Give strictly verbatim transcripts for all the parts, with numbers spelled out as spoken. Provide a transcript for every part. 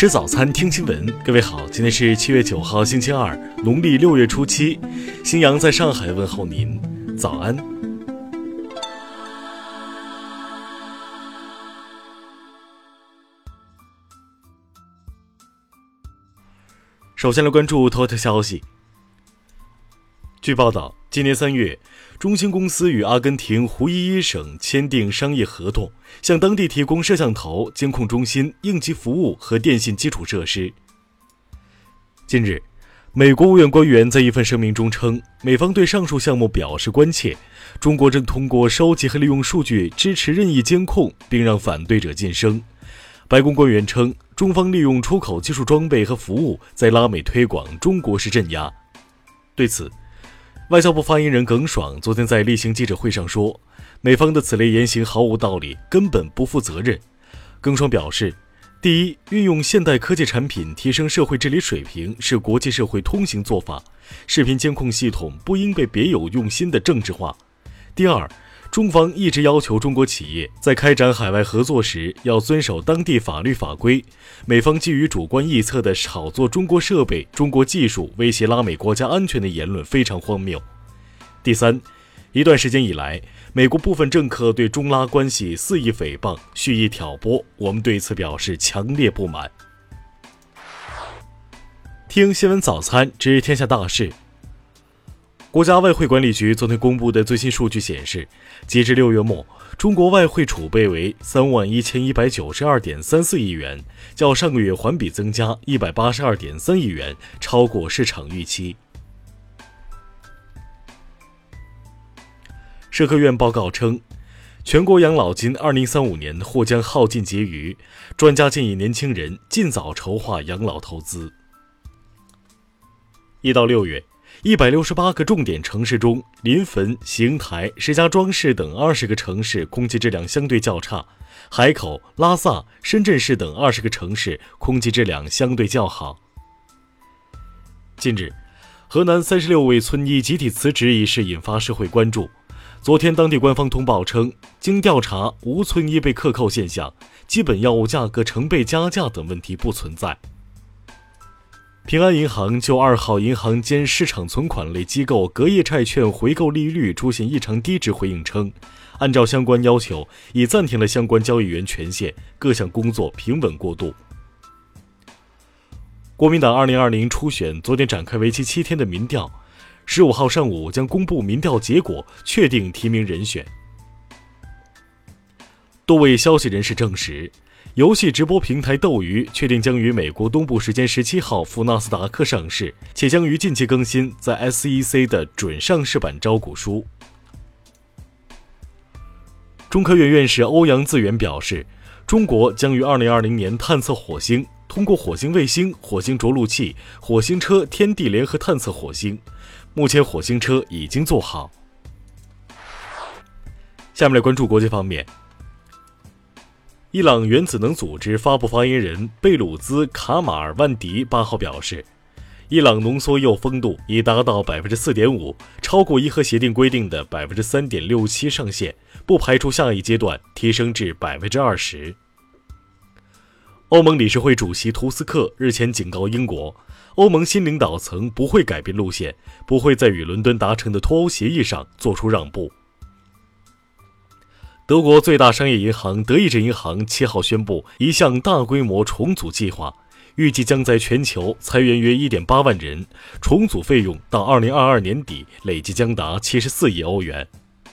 吃早餐，听新闻。各位好，今天是七月九号，星期二，农历六月初七。新阳在上海问候您，早安。首先来关注头条消息。据报道，今年三月，中兴公司与阿根廷胡伊伊省签订商业合同，向当地提供摄像头、监控中心、应急服务和电信基础设施。近日，美国务院官员在一份声明中称，美方对上述项目表示关切，中国正通过收集和利用数据支持任意监控，并让反对者晋升。白宫官员称，中方利用出口技术装备和服务，在拉美推广中国式镇压。对此，外交部发言人耿爽昨天在例行记者会上说，美方的此类言行毫无道理，根本不负责任。耿爽表示，第一，运用现代科技产品提升社会治理水平是国际社会通行做法，视频监控系统不应被别有用心的政治化。第二，中方一直要求中国企业在开展海外合作时要遵守当地法律法规，美方基于主观臆测的炒作中国设备、中国技术威胁拉美国家安全的言论非常荒谬。第三，一段时间以来，美国部分政客对中拉关系肆意诽谤、蓄意挑拨，我们对此表示强烈不满。听新闻早餐知天下大事。国家外汇管理局昨天公布的最新数据显示，截至六月末，中国外汇储备为三万一千一百九十二点三四亿元，较上个月环比增加一百八十二点三亿元，超过市场预期。社科院报告称，全国养老金二零三五年或将耗尽结余，专家建议年轻人尽早筹划养老投资。一到六月，一百六十八个重点城市中，临汾、邢台、石家庄市等二十个城市空气质量相对较差，海口、拉萨、深圳市等二十个城市空气质量相对较好。近日，河南三十六位村医集体辞职一事引发社会关注。昨天，当地官方通报称，经调查，无村医被克扣现象，基本药物价格成倍加价等问题不存在。平安银行就二号银行间市场存款类机构隔夜债券回购利率出现异常低值回应称，按照相关要求，已暂停了相关交易员权限，各项工作平稳过渡。国民党二零二零初选昨天展开为期七天的民调，十五号上午将公布民调结果，确定提名人选。多位消息人士证实，游戏直播平台斗鱼确定将于美国东部时间十七号赴纳斯达克上市，且将于近期更新在 S E C 的准上市版招股书。中科院院士欧阳自远表示，中国将于二零二零年探测火星，通过火星卫星、火星着陆器、火星车天地联合探测火星。目前火星车已经做好。下面来关注国际方面。伊朗原子能组织发布发言人贝鲁兹卡马尔万迪八号表示，伊朗浓缩铀丰度已达到 百分之四点五， 超过伊核协定规定的 百分之三点六七 上限，不排除下一阶段提升至 百分之二十。欧盟理事会主席图斯克日前警告英国，欧盟新领导层不会改变路线，不会在与伦敦达成的脱欧协议上做出让步。德国最大商业银行德意志银行七号宣布一项大规模重组计划，预计将在全球裁员约 一点八万人，重组费用到二零二二年底累计将达七十四亿欧元。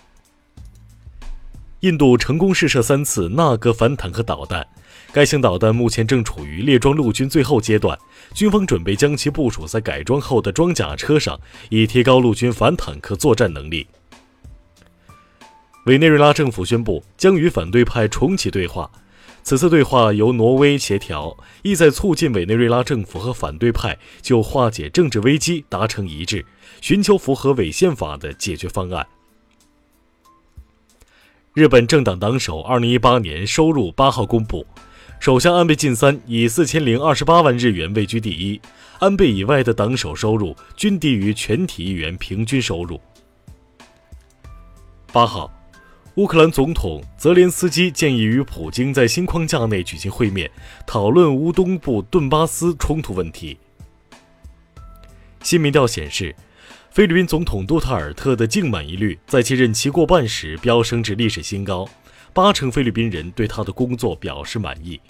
印度成功试射三次纳格反坦克导弹，该型导弹目前正处于列装陆军最后阶段，军方准备将其部署在改装后的装甲车上，以提高陆军反坦克作战能力。委内瑞拉政府宣布将与反对派重启对话，此次对话由挪威协调，意在促进委内瑞拉政府和反对派就化解政治危机达成一致，寻求符合违宪法的解决方案。日本政党党首二零一八年收入八号公布，首相安倍晋三以四千零二十八万日元位居第一，安倍以外的党首收入均低于全体议员平均收入。八号， 乌克兰总统泽连斯基建议与普京在新框架内举行会面，讨论乌东部顿巴斯冲突问题。新民调显示，菲律宾总统杜特尔特的净满意率在其任期过半时飙升至历史新高，八成菲律宾人对他的工作表示满意。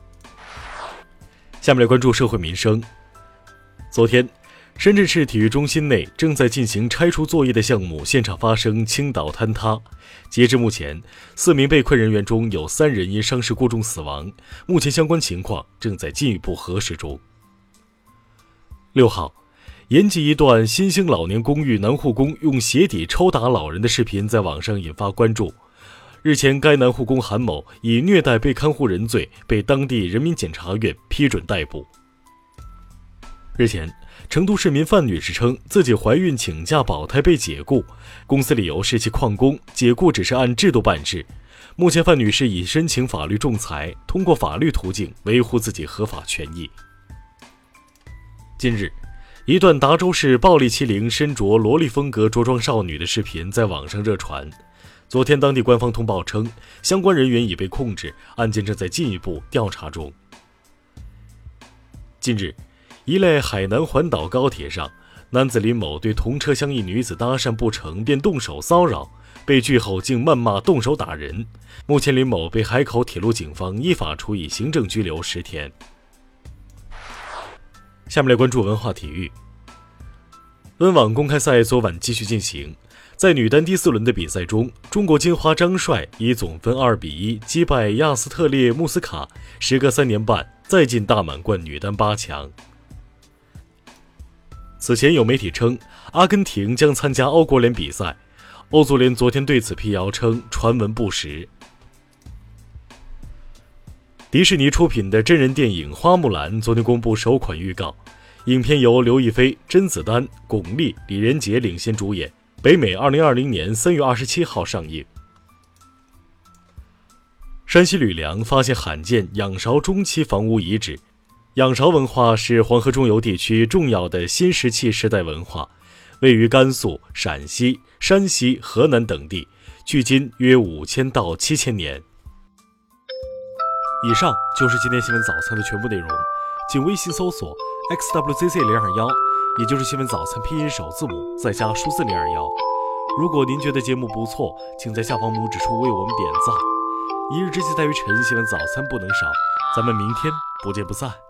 下面来关注社会民生。昨天，深圳市体育中心内正在进行拆除作业的项目现场发生倾倒坍塌，截至目前，四名被困人员中有三人因伤势过重死亡，目前相关情况正在进一步核实中。六号，延吉一段新兴老年公寓男护工用鞋底抽打老人的视频在网上引发关注。日前，该男护工韩某以虐待被看护人罪被当地人民检察院批准逮捕。日前，成都市民范女士称自己怀孕请假保胎被解雇，公司理由是其旷工，解雇只是按制度办事。目前范女士已申请法律仲裁，通过法律途径维护自己合法权益。近日，一段达州市暴力欺凌身着萝莉风格着装少女的视频在网上热传。昨天，当地官方通报称，相关人员已被控制，案件正在进一步调查中。近日，一类海南环岛高铁上，男子林某对同车厢一女子搭讪不成，便动手骚扰，被拒后竟谩骂动手打人。目前林某被海口铁路警方依法处以行政拘留十天。下面来关注文化体育。温网公开赛昨晚继续进行，在女单第四轮的比赛中，中国金花张帅以总分二比一击败亚斯特列穆斯卡，时隔三年半再进大满贯女单八强。此前有媒体称，阿根廷将参加欧国联比赛，欧足联昨天对此辟谣称传闻不实。迪士尼出品的真人电影《花木兰》昨天公布首款预告，影片由刘亦菲、甄子丹、巩俐、李连杰领衔主演，北美二零二零年三月二十七号上映。山西吕梁发现罕见仰韶中期房屋遗址。仰韶文化是黄河中游地区重要的新石器时代文化，位于甘肃、陕西、山西、河南等地，距今约五千到七千年。以上就是今天新闻早餐的全部内容，请微信搜索 X W Z Z 零二一，也就是新闻早餐拼音首字母再加数字零二一。如果您觉得节目不错，请在下方拇指处为我们点赞。一日之计在于晨，新闻早餐不能少，咱们明天不见不散。